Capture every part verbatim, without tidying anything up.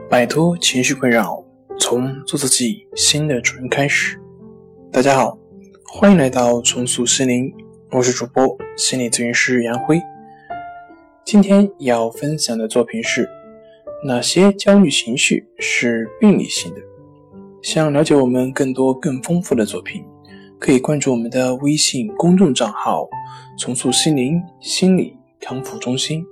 摆脱情绪困扰，从做自己新的主人开始。大家好，欢迎来到重塑心灵，我是主播心理咨询师杨辉。今天要分享的作品是哪些焦虑情绪是病理性的。想了解我们更多更丰富的作品，可以关注我们的微信公众账号重塑心灵心理康复中心。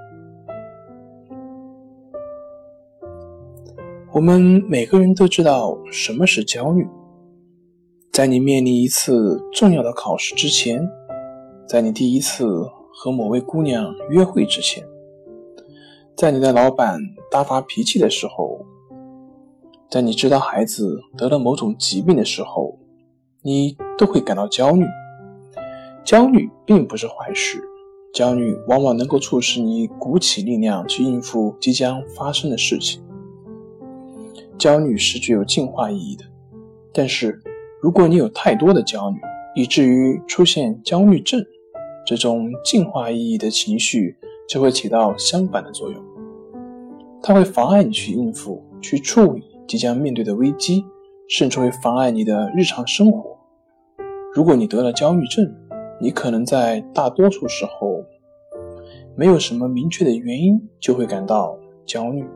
我们每个人都知道什么是焦虑。在你面临一次重要的考试之前，在你第一次和某位姑娘约会之前，在你的老板大发脾气的时候，在你知道孩子得了某种疾病的时候，你都会感到焦虑。焦虑并不是坏事，焦虑往往能够促使你鼓起力量去应付即将发生的事情。焦虑是具有进化意义的，但是如果你有太多的焦虑，以至于出现焦虑症，这种进化意义的情绪就会起到相反的作用。它会妨碍你去应付、去处理即将面对的危机，甚至会妨碍你的日常生活。如果你得了焦虑症，你可能在大多数时候没有什么明确的原因就会感到焦虑。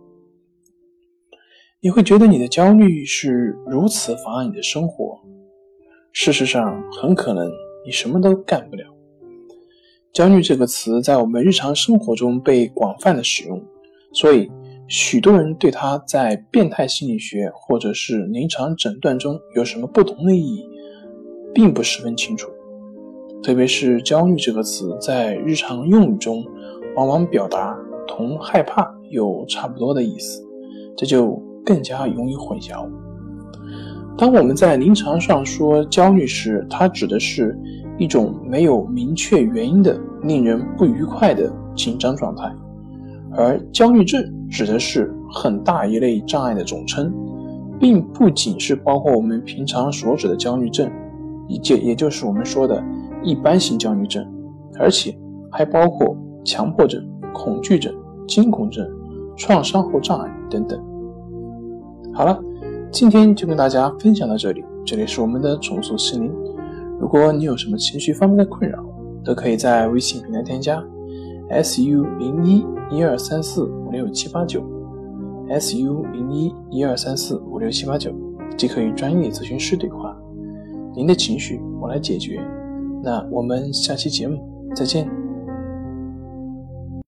你会觉得你的焦虑是如此妨碍你的生活，事实上很可能你什么都干不了。焦虑这个词在我们日常生活中被广泛的使用，所以许多人对它在变态心理学或者是临床诊断中有什么不同的意义并不十分清楚。特别是焦虑这个词在日常用语中往往表达同害怕有差不多的意思，这就更加容易混淆。当我们在临床上说焦虑时，它指的是一种没有明确原因的令人不愉快的紧张状态，而焦虑症指的是很大一类障碍的总称，并不仅是包括我们平常所指的焦虑症，也就是我们说的一般性焦虑症，而且还包括强迫症、恐惧症、惊恐症、创伤后障碍等等。好了，今天就跟大家分享到这里，这里是我们的重塑心灵。如果你有什么情绪方面的困扰，都可以在微信平台添加 S U 零一 一二三四五六七八九 S U 零一 一二三四五六七八九，即可与专业咨询师对话。您的情绪我来解决。那我们下期节目再见。